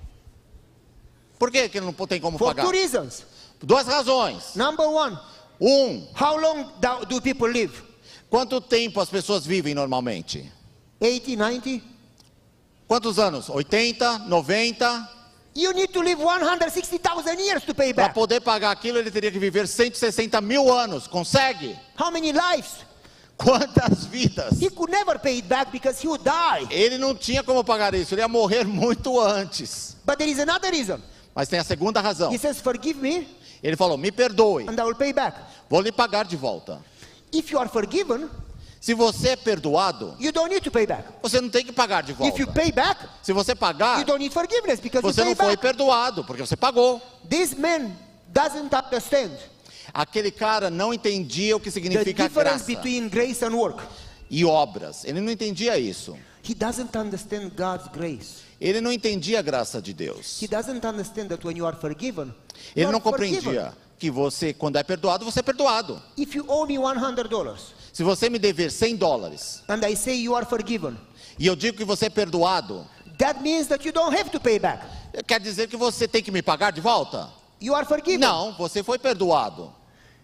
Por que ele não tem como For pagar? two reasons. Duas razões. Number one, How long do people live? quanto tempo as pessoas vivem normalmente? 80, 90? Quantos anos? 80, 90? You need to live 160,000 years to pay Para back. poder pagar aquilo, ele teria que viver 160.000 anos. Consegue? How many lives? Quantas vidas? He could never pay it back because he would die. Ele não tinha como pagar isso, ele ia morrer muito antes. But there is another reason. Mas tem a segunda razão. He says, forgive me Ele falou, me perdoe, and I will pay back. vou lhe pagar de volta. If you are forgiven, Se você é perdoado, you don't need to pay back. você não tem que pagar de volta. If you pay back, Se você pagar, you don't need forgiveness because você you não pay foi back. perdoado, porque você pagou. This man doesn't understand Aquele cara não entendia o que the significa difference graça between grace and work. e obras. Ele não entendia isso. He doesn't understand God's grace. Ele não entendia a graça de Deus. He doesn't understand that when you are forgiven, you Ele are não forgiven. compreendia que você, quando é perdoado, você é perdoado. If you owe me $100 Se você me dever $100 and I say you are forgiven, e eu digo que você é perdoado, That means that you don't have to pay back. Quer dizer que você tem que me pagar de volta? You are forgiven. Não, você foi perdoado.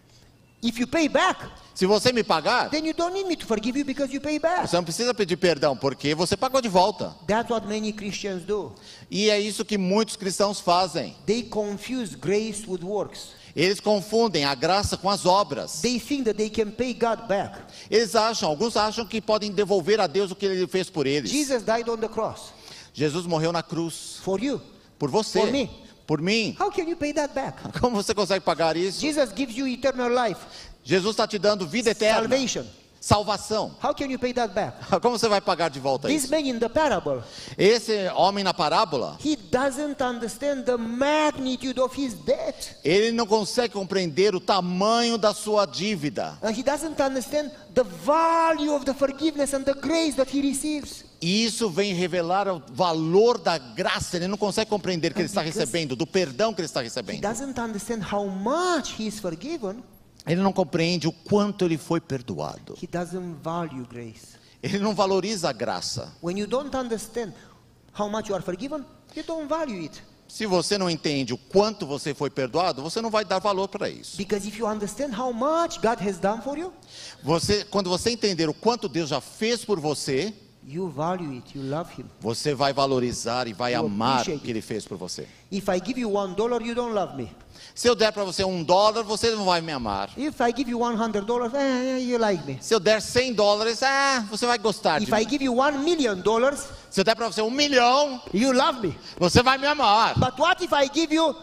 If you pay back, Se você me pagar, then you don't need me to forgive you because you pay back. você não precisa pedir perdão, porque você pagou de volta. That's what many Christians do. E é isso que muitos cristãos fazem. They confuse grace with works. Eles confundem a graça com as obras. They think that they can pay God back. Alguns acham que podem devolver a Deus o que Ele fez por eles. Jesus died on the cross Jesus morreu na cruz for you. por você, For me. por mim. How can you pay that back? Como você consegue pagar isso? Jesus gives you eternal life, Jesus está te dando vida eterna, salvation. salvação. How can you pay that back? Como você vai pagar de volta This isso? man in the parable, Esse homem na parábola, he doesn't understand the magnitude of his debt. ele não consegue compreender o tamanho da sua dívida. And he doesn't understand the value of the forgiveness and the grace that he receives. E isso vem revelar o valor da graça. Ele não consegue compreender que ele está recebendo, do perdão que ele está He recebendo. doesn't understand how much he is forgiven. Ele não compreende o quanto ele foi perdoado. He doesn't value grace. Ele não valoriza a graça. When you don't understand how much you are forgiven, you don't value it. Se você não entende o quanto você foi perdoado, você não vai dar valor para isso. Because if you understand how much God has done for you, Quando você entender o quanto Deus já fez por você, you value it, you love Him. você vai valorizar e vai You amar o appreciate que Ele fez por você. If I give you $1, you don't love me. Se eu der para você $1, você não vai me amar. If I give you $100, you like me. Se eu der $100, você vai gostar de If I mim. give you $1 million, Se eu der para você $1 milhão, you love me. você vai me amar. But what if I give you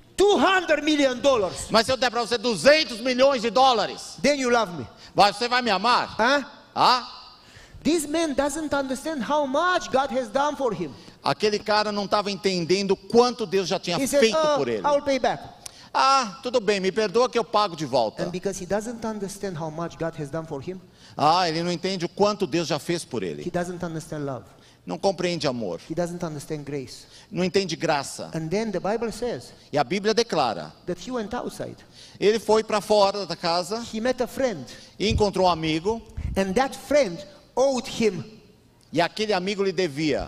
$200 million? Mas se eu der para você $200 milhões, Then you love me. você vai me amar? Huh? Ah? This man doesn't understand how much God has done for him. Aquele cara não estava entendendo quanto Deus já tinha He said, feito por ele. I'll pay back. Ah, tudo bem, me perdoa que eu pago de volta. And because he doesn't understand how much God has done for him, Ah, ele não entende o quanto Deus já fez por he ele. doesn't understand love. Não compreende amor. He doesn't understand grace. Não entende graça. And then the Bible says E a Bíblia declara: that he went outside. ele foi para fora da casa He met a friend. e encontrou um amigo. And that friend owed him E aquele amigo lhe devia.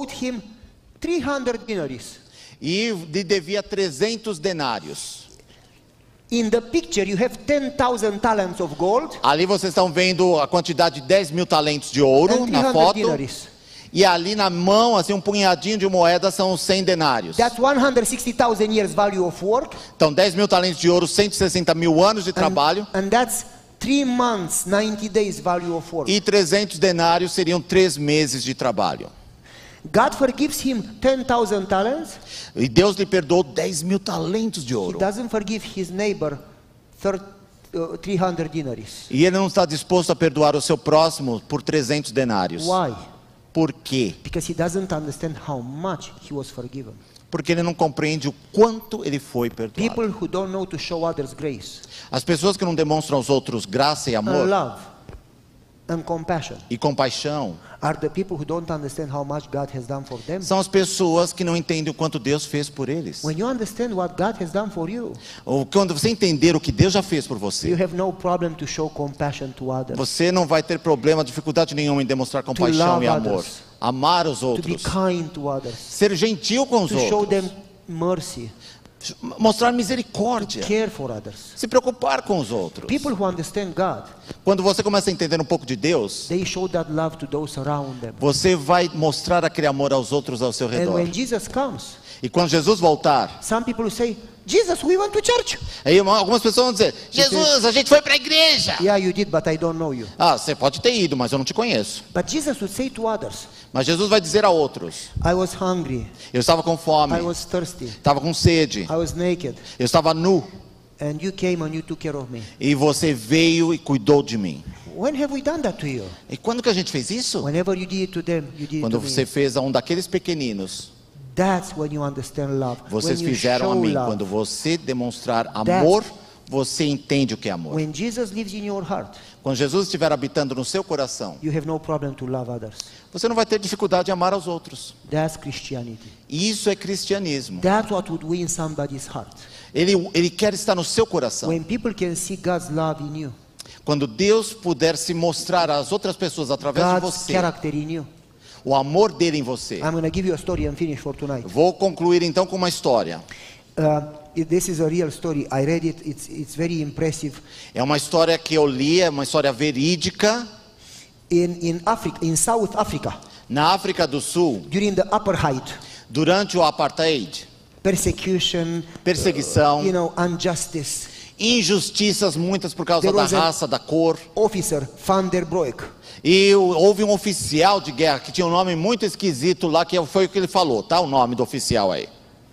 300 dinars. E lhe devia 300 denários. In the picture you have 10,000 talents of gold Ali vocês estão vendo a quantidade de 10 mil talentos de ouro and na 300 foto. dinars. E ali na mão, assim, um punhadinho de moeda são os 100 denários. That's 160,000 years value of work. Então 10 mil talentos de ouro, 160 mil anos de trabalho. And that's 3 months, 90 days value of work. E 300 denários seriam 3 meses de trabalho. God forgives him 10,000 talents. E Deus lhe perdoou 10 mil talentos de He ouro. doesn't forgive his neighbor 300 dinars. E ele não está disposto a perdoar o seu próximo por 300 denários. Why? Por quê? Because he doesn't understand how much he was forgiven. Porque ele não compreende o quanto ele foi perdoado. People who don't know to show others grace As pessoas que não demonstram aos outros graça e and amor love and compassion e compaixão are the people who don't understand how much God has done for them. são as pessoas que não entendem o quanto Deus fez por eles. When you understand what God has done for you, Ou quando você entender o que Deus já fez por you você, have no problem to show compassion to others, você não vai ter problema, dificuldade nenhuma em demonstrar compaixão love e amor. others. Amar os to be outros. kind to others, Ser gentil com os to show outros. them mercy, Mostrar misericórdia. care for others. Se preocupar com os outros. People who understand God, Quando você começa a entender um pouco de Deus, they show that love to those around them. você vai mostrar aquele amor aos outros ao seu And redor. when Jesus comes, E quando Jesus voltar, some people say, Jesus, we went to church. aí algumas pessoas vão dizer: Jesus, a gente foi para a igreja. Yeah, you did, but I don't know you. Ah, você pode ter ido, mas eu não te conheço. But Jesus would say to others, Mas Jesus vai dizer a outros: I was hungry, eu estava com fome, I was thirsty, estava com sede, I was naked, eu estava nu, and you came and you took care of me. e você veio e cuidou de mim. When have we done that to you? E quando que a gente fez isso? Whenever you did it to them, you did it Quando to você me. fez a um daqueles pequeninos, That's when you understand love. vocês When you fizeram a show mim. love. Quando você demonstrar amor, você entende o que é amor. When Jesus lives in your heart, Quando Jesus estiver habitando no seu coração, you have no problem to love others. você não vai ter dificuldade de amar aos outros. That's Christianity. E isso é cristianismo. That's what would win somebody's heart. Ele quer estar no seu coração. When people can see God's love in you, Quando Deus puder se mostrar às outras pessoas através de God's você, character in you, o amor dele em você. I'm going to give you a story and finish for tonight. Vou concluir então com uma história. This is a real story. I read it. It's very impressive. É uma história que eu li, é uma história verídica. In Africa, in South Africa, Na África do Sul, during the apartheid, durante o apartheid, persecution, perseguição, injustice. injustiças muitas por causa There da was a- raça, da cor. Officer Van der Broek. E houve um oficial de guerra que tinha um nome muito esquisito lá, que foi o que ele falou, tá? O nome do oficial aí.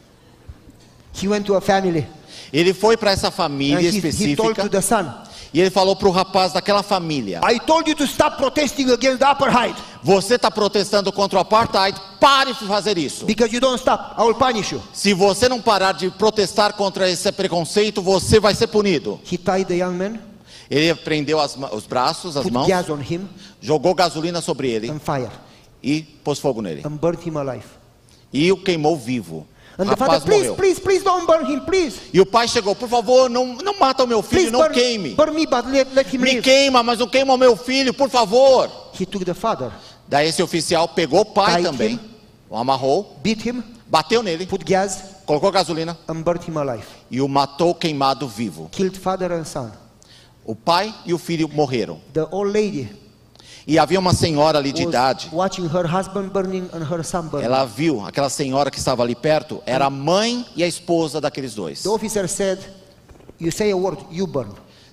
He went to a family Ele foi para essa and família he told específica to the son, e ele falou para o rapaz daquela família: I told you to stop protesting against the apartheid. você está protestando contra o apartheid, pare de fazer isso. Because you don't stop, I will punish you. Se você não parar de protestar contra esse preconceito, você vai ser punido. He tied the young man, Ele prendeu os braços, as put mãos, gas on him jogou gasolina sobre ele and fire e pôs fogo nele. and burnt him alive. E o queimou vivo. O And the father, rapaz please, morreu. please don't burn him, please. E o pai chegou: por favor, não mata o meu filho, Please não queime. burn me, but let him Me live. queima, mas não queima o meu filho, por favor. He took the father, Daí esse oficial pegou o pai Tied também, him. o amarrou, beat him, bateu nele, put gas colocou gasolina and burnt him alive. e o matou queimado vivo. Killed father and son. O pai e o filho morreram. The old lady E havia uma senhora ali de was idade. watching her husband burning and her son burning. Ela viu, aquela senhora que estava ali perto, era a mãe e a esposa daqueles dois. The officer said, you say a word, you burn.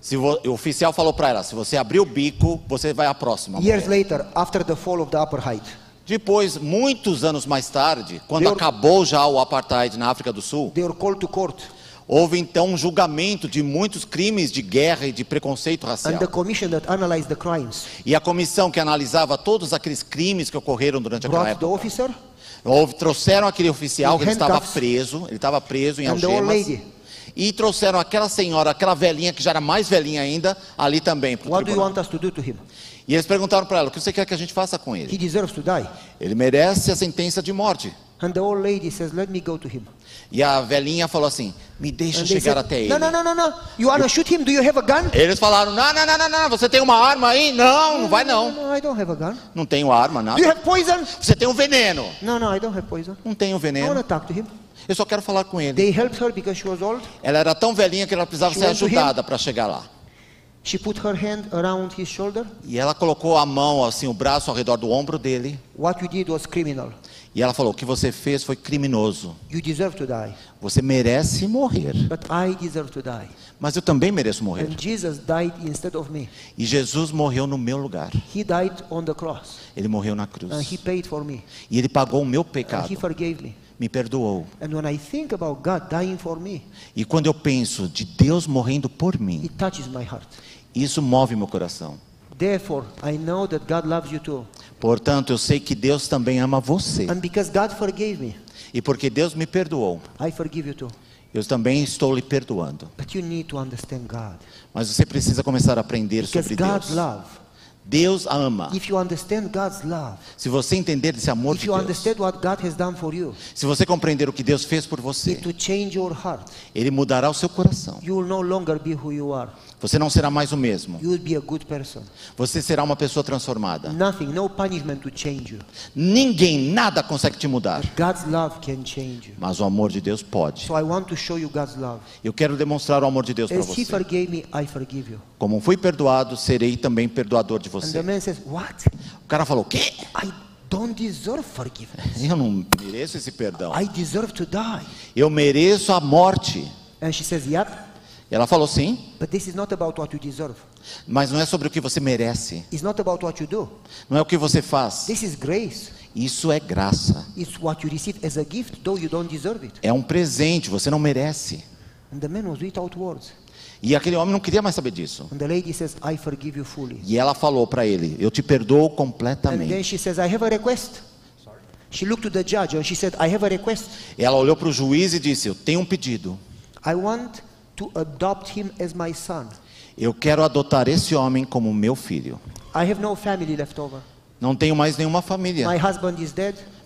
O oficial falou para ela: se você abrir o bico, você vai à próxima. Years later, after the fall of the apartheid, Depois, muitos anos mais tarde, quando Deu- acabou já o apartheid na África do Sul, they were called to court. houve então um julgamento de muitos crimes de guerra e de preconceito racial. And the commission that analyzed the crimes E a comissão que analisava todos aqueles crimes que ocorreram durante aquela brought the época, officer trouxeram aquele oficial que ele estava handcuffs. preso em And the old algemas, lady. e trouxeram aquela senhora, aquela velhinha que já era mais velhinha ainda, ali também para o What do you tribunal. want us to do to him? E eles perguntaram para ela: o que você quer que a gente faça com He ele? deserves to die. Ele merece a sentença de morte. And the old lady says, let me go to him. E a velhinha falou assim: me deixa And they chegar said, até ele. no. You want to shoot him? Do you have a gun? Eles falaram: não, você tem uma arma aí? Não, não vai não. No, I don't have a gun. Não tenho arma, Do you nada. have poison? Você tem um veneno. No, I don't have poison. Não tenho I want veneno. to talk to him. Eu só quero falar com ele. They helped her because she was old. Ela era tão velhinha que ela precisava She ser went to him. ajudada para chegar lá. She put her hand around his shoulder. E ela colocou a mão, assim, o braço ao redor do ombro dele. What you did was criminal. E ela falou: o que você fez foi criminoso. You deserve to die. Você merece morrer. But I deserve to die. Mas eu também mereço morrer. And Jesus died instead of me. E Jesus morreu no meu lugar. He died on the cross. Ele morreu na cruz. And he paid for me. E ele pagou o meu And pecado. he forgave me. Me perdoou. And when I think about God dying for me, E quando eu penso de Deus morrendo por mim, it touches my heart. isso move meu coração. Therefore, I know that God loves you too. Portanto, eu sei que Deus também ama você. And because God forgave me, E porque Deus me perdoou, I forgive you too. eu também estou lhe perdoando. But you need to understand God. Mas você precisa começar a aprender Because sobre God's Deus. love, Deus ama. if you understand God's love, Se você entender esse amor if de you Deus, understand what God has done for you, se você compreender o que Deus fez por it você, will change your heart. Ele mudará o seu coração. You will no longer be who you are. Você não será mais o mesmo. You will be a good person. Você será uma pessoa transformada. Nothing, no punishment to change you. Ninguém, nada consegue te mudar. God's love can change you. Mas o amor de Deus pode. So I want to show you God's love. Eu quero demonstrar o amor de Deus para As He você. forgave me, I forgive you. Como fui perdoado, serei também perdoador de And the você. man says, what? O cara falou: quê? I don't deserve forgiveness. Eu não mereço esse perdão. I deserve to die. Eu mereço a morte. And she says, yep, Ela falou: sim, but this is not about what you deserve. mas não é sobre o que você merece. It's not about what you do. Não é o que você faz. This is grace. Isso é graça. It's what you receive as a gift, though you don't deserve it. É um presente, você não merece. And the man was without words. E aquele homem não queria mais saber disso. And the lady says, I forgive you fully. E ela falou para ele: eu te perdoo And then completamente. she says, I have a request. She looked to the judge and she said, I have a request. Ela olhou para o juiz e disse: eu tenho um pedido. I want to adopt him as my son. Eu quero adotar esse homem como meu filho. I have no family left over. Não tenho mais nenhuma família. My husband is dead.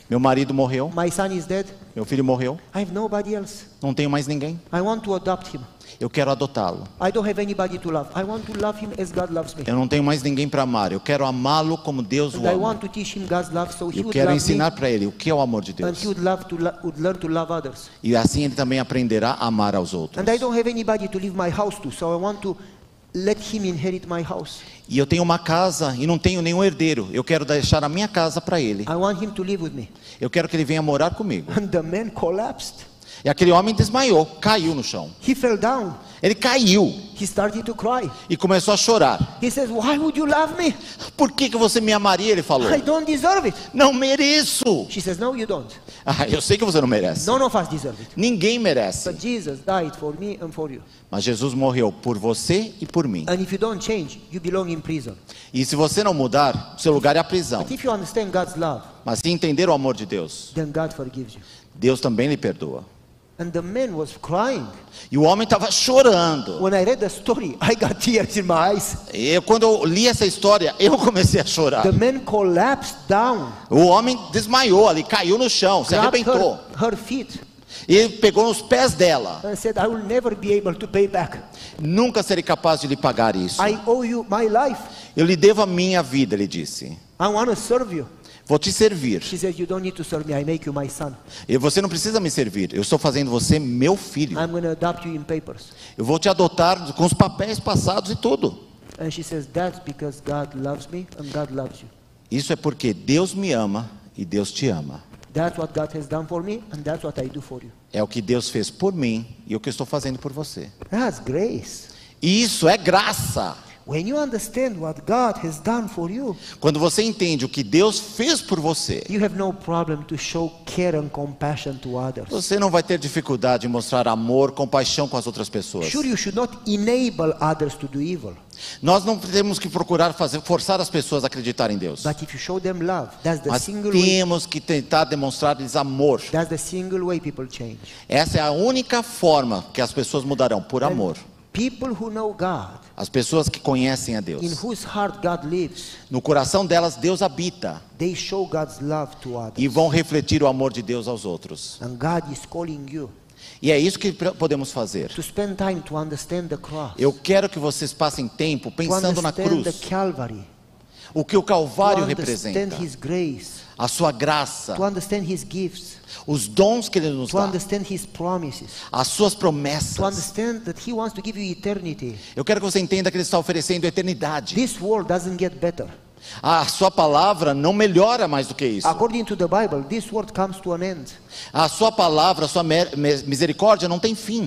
Meu marido morreu, My son is dead. meu filho morreu, I have nobody else. não tenho mais ninguém. I want to adopt him. Eu quero adotá-lo. I don't have anybody to love. I want to love him as God loves me. Eu não tenho mais ninguém para amar. Eu quero amá-lo como Deus o And I ama. want to teach him God's love so he Eu would quero love ensinar me para ele o que é o amor de and Deus. he would learn to love others. E assim ele também aprenderá a amar aos outros. And I don't have anybody to leave my house to, so I want to let him inherit my house. E eu tenho uma casa e não tenho nenhum herdeiro. Eu quero deixar a minha casa para ele. I want him to live with me. Eu quero que ele venha morar comigo. And the man collapsed. E aquele homem desmaiou, caiu no chão. He fell down. Ele caiu He started to cry. e começou a chorar. He says, why would you love me? Por que você me amaria? Ele falou. I don't deserve it. Não mereço. She says, no, you don't. Ah, eu sei que você não merece. None of us deserve it. Ninguém merece. But Jesus died for me and for you. Mas Jesus morreu por você e por mim. And if you don't change, you belong in prison. E se você não mudar, seu lugar é a prisão. But if you understand God's love, Mas se entender o amor de Deus, then God forgives you. Deus também lhe perdoa. And the man was crying. E o homem estava chorando. When I read the story, I got tears in my eyes. Quando eu li essa história, eu comecei a chorar. The man collapsed down, O homem desmaiou ali, caiu no chão, se grabbed arrebentou. her feet, E ele pegou nos pés dela. and said, I will never be able to pay back. Nunca serei capaz de lhe pagar isso. I owe you my life. Eu lhe devo a minha vida, ele disse. I want to serve you. Vou te servir. She says, you don't need to serve me. I make you my son. E você não precisa me servir. Eu estou fazendo você meu filho. I'm going to adopt you in papers. Eu vou te adotar com os papéis passados e tudo. And she says, that's because God loves me and God loves you. Isso é porque Deus me ama e Deus te ama. That's what God has done for me and that's what I do for you. É o que Deus fez por mim e o que eu estou fazendo por você. That's grace. Isso é graça. When you understand what God has done for you, Quando você entende o que Deus fez por você, you have no problem to show care and compassion to others. você não vai ter dificuldade em mostrar amor, compaixão com as outras pessoas. Sure, you should not enable others to do evil. Nós não temos que procurar forçar as pessoas a acreditarem em Deus. But if you show them love, that's the Mas single way. temos que tentar demonstrar-lhes amor. That's the single way people change. Essa é a única forma que as pessoas mudarão, por amor. People who know God, As pessoas que conhecem a in Deus. whose heart God lives, No coração delas, Deus habita. they show God's love to others. E vão refletir o amor de Deus aos outros. And God is calling you E é isso que podemos fazer. to spend time to understand the cross, Eu quero que vocês passem tempo to pensando na understand the cruz. Calvary, O que o to Calvário understand representa. His grace, A sua graça. to understand His gifts, Os dons que Ele nos to dá. understand His promises, As suas to promessas. understand that He wants to give you eternity. Eu quero que você entenda que Ele está oferecendo eternidade. This world doesn't get better. A sua palavra não melhora mais do que isso. According to the Bible, this world comes to an end. A sua palavra, a sua misericórdia não tem fim.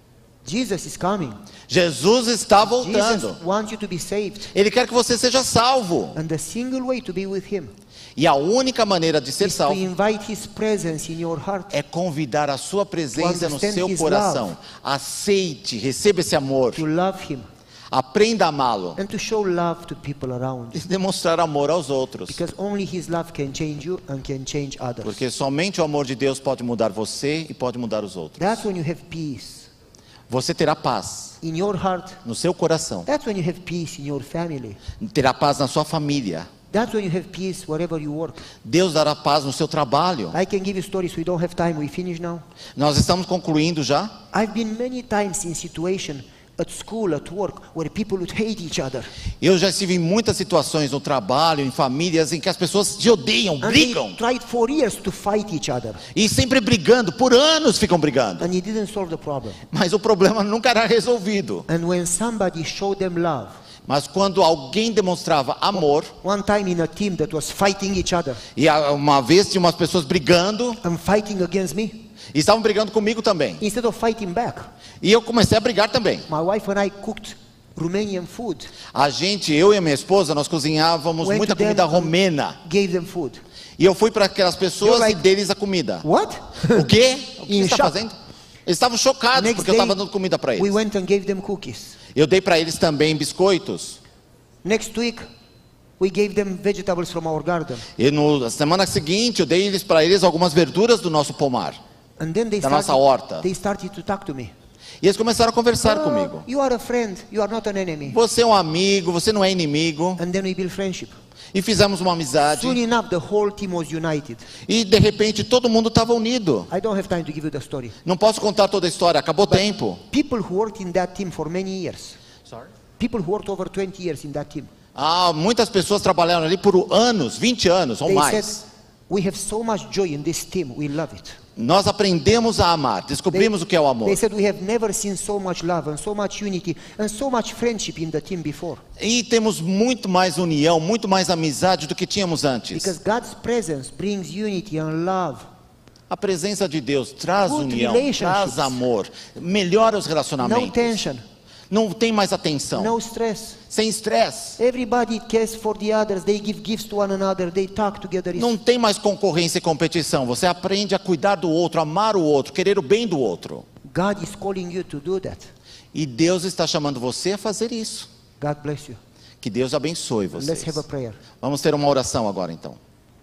Jesus is coming. Jesus está voltando. Jesus wants you to be saved. Ele quer que você seja salvo. And the single way to be with Him E a única maneira de ser is to salvo invite His presence in your heart. é convidar a sua presença no understand seu His coração. love. Aceite, receba esse amor. To love Him Aprenda a amá-lo. and to show love to people around E you. demonstrar amor aos outros. Because only His love can change you and can change others. Porque somente o amor de Deus pode mudar você e pode mudar os outros. That's when you have peace Você terá paz in your heart. no seu coração. That's when you have peace in your family. Terá paz na sua família. That's when you have peace wherever you work. Deus dará paz no seu trabalho. I can give you stories. We don't have time. We finish now. Nós estamos concluindo já. I've been many times in situation at school, at work, where people would hate each other. Eu já estive em muitas situações no trabalho, em famílias, em que as pessoas se odeiam, And brigam. they tried for years to fight each other. E sempre brigando, por anos ficam brigando. And it didn't solve the problem. Mas o problema nunca era resolvido. And when somebody showed them love, Mas quando alguém demonstrava amor, one time in a team that was fighting each other e uma vez tinha umas pessoas brigando, and fighting against me, e estavam brigando comigo também. instead of fighting back, E eu comecei a brigar também. my wife and I cooked Romanian food, Eu e a minha esposa, nós cozinhávamos Went muita to them comida and- romena. gave them food. E eu fui para aquelas pessoas You're e like- deles a comida. What? O quê? O que In você está shock. fazendo? Eles estavam chocados Next porque eu day, estava dando comida para we eles. went and gave them cookies. Eu dei para eles também biscoitos. Next week, we gave them vegetables from our garden. E na semana seguinte eu dei para eles algumas verduras do nosso pomar. And then Da nossa horta. they started to talk to me. E eles começaram a conversar "Oh, comigo. you are a friend, you are not an enemy. Você é um amigo, você não é inimigo. And then we build friendship. E fizemos uma amizade. Soon enough, the whole team was united. E de repente todo mundo estava unido. I don't have time to give you the story. Não posso contar toda a história, acabou o tempo. People who worked in that team for many years. People who worked over 20 years in that team. Muitas pessoas trabalharam ali por anos, 20 anos ou They mais. said, we have so much joy in this team, we love it. Nós aprendemos a amar, descobrimos o que é o amor. They said, we have never seen so much love and so much unity and so much friendship in the team before. E temos muito mais união, muito mais amizade do que tínhamos antes. Because God's presence brings unity and love. A presença de Deus traz Good união, relationships. traz amor, melhora os No relacionamentos. tension, Não tem mais atenção, no stress. sem estresse. Everybody cares for the others. They give gifts to one another. They talk together. Não tem mais concorrência e competição. Você aprende a cuidar do outro, amar o outro, querer o bem do outro. God is calling you to do that. E Deus está chamando você a fazer isso. God bless you. Que Deus abençoe Let's vocês. have a prayer. Vamos ter uma oração agora então.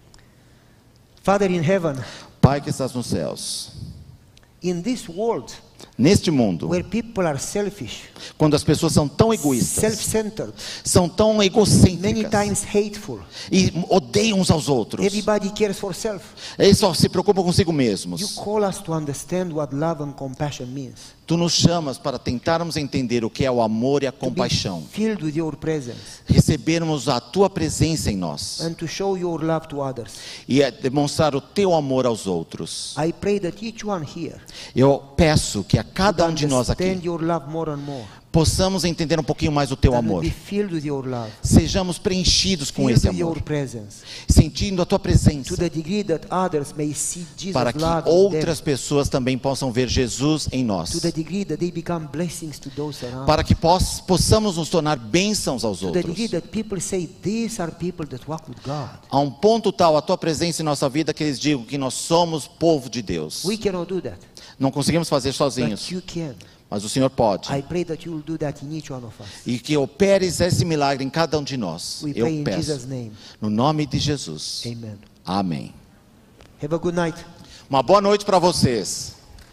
Father in heaven, Pai que estás nos céus, in this world neste mundo, where people are selfish, quando as pessoas são tão egoístas, self-centered, são tão many egocêntricas times hateful, e odeiam uns aos outros, everybody cares for self. eles só se preocupam consigo You mesmos. call us to understand what love and compassion means. Tu nos chamas para tentarmos entender o que é o amor e a To be compaixão, filled with your presence recebermos a tua presença em nós and to show your love to others. e demonstrar o teu amor aos outros. I pray that each one here Eu peço que a would cada um de nós aqui understand your love more and more. possamos entender um pouquinho mais o teu And amor. be filled with your love. Sejamos preenchidos com Filled esse with your amor, presence. sentindo a tua presença, To the degree that others may see Jesus para que love in outras them. pessoas também possam ver Jesus em nós, To the degree that they become blessings to those around. para que possamos nos tornar bênçãos aos To the outros. degree that people say, these are people that walk with God. A um ponto tal a tua presença em nossa vida que eles digam que nós somos povo de Deus. We cannot do that, Não conseguimos fazer but sozinhos, you can. mas o Senhor pode. I pray that you will do that in each one of us. E que operes esse milagre em cada um de nós. We Eu pray in Jesus' peço, name. no nome de Jesus. Amen. Amém. Have a good night. Uma boa noite para vocês.